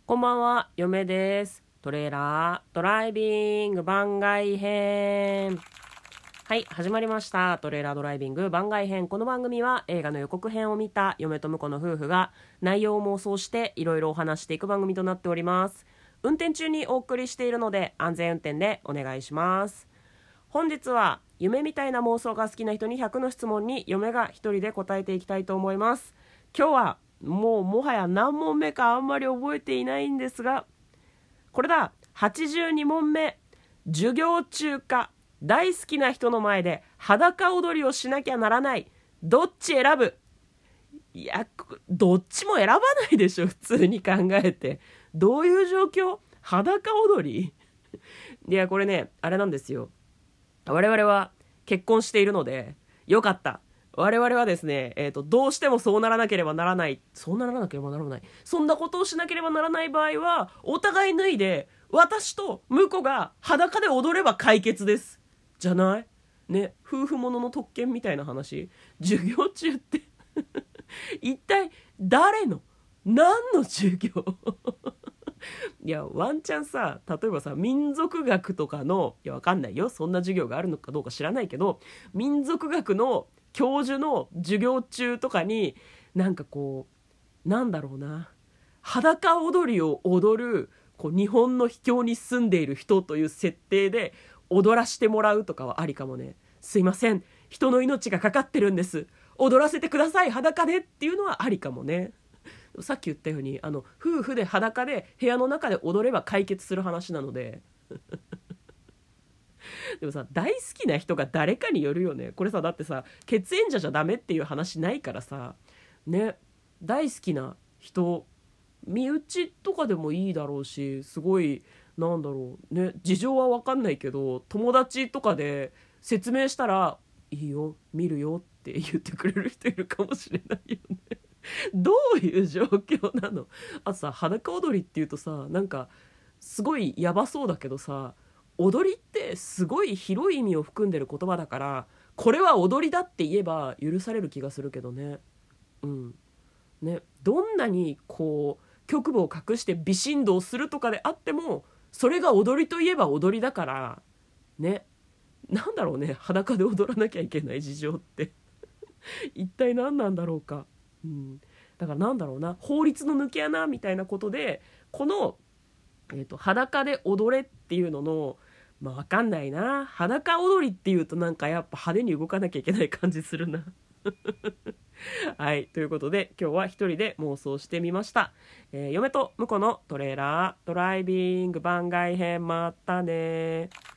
こんばんは、嫁です。トレーラードライビング番外編。はい、始まりました。トレーラードライビング番外編。この番組は映画の予告編を見た嫁と婿の夫婦が内容を妄想していろいろお話していく番組となっております。運転中にお送りしているので安全運転でお願いします。本日は夢みたいな妄想が好きな人に100の質問に嫁が一人で答えていきたいと思います。今日はもはや何問目かあんまり覚えていないんですが、これだ、82問目。授業中か大好きな人の前で裸踊りをしなきゃならない。どっち選ぶ？いや、どっちも選ばないでしょ、普通に考えて。どういう状況？裸踊りいや、これね、あれなんですよ。我々は結婚しているので、よかった。我々はですね、どうしてもそうならなければならない、そんなことをしなければならない場合は、お互い脱いで、私と婿が裸で踊れば解決です。じゃないね、夫婦ものの特権みたいな話。授業中って一体何の授業いや、ワンチャンさ、例えばさ、民族学とかの、いや、わかんないよ。そんな授業があるのかどうか知らないけど、民族学の教授の授業中とかに、なんかこう、なんだろうな、裸踊りを踊る、日本の秘境に住んでいる人という設定で踊らしてもらうとかはありかもね。すいません。人の命がかかってるんです。踊らせてください、裸でっていうのはありかもね。さっき言ったように夫婦で裸で部屋の中で踊れば解決する話なのででもさ、大好きな人が誰かによるよね。これさ、だってさ、血縁者じゃダメっていう話ないからさね。大好きな人、身内とかでもいいだろうし、すごい、なんだろうね、事情は分かんないけど友達とかで説明したらいいよ見るよって言ってくれる人いるかもしれないよね。どういう状況なの？あとさ、裸踊りっていうとさ、なんかすごいやばそうだけどさ、踊りってすごい広い意味を含んでる言葉だから、これは踊りだって言えば許される気がするけどね。うんね、どんなに局部を隠して微振動するとかであっても、それが踊りといえば踊りだからね。なんだろうね、裸で踊らなきゃいけない事情って一体何なんだろうか。うん、だからなんだろうな、法律の抜け穴みたいなことで、この、裸で踊れっていうのの、まあ分かんないな、裸踊りっていうとなんかやっぱ派手に動かなきゃいけない感じするなはい、ということで今日は一人で妄想してみました。嫁と婿のトレーラードライビング番外編、またね。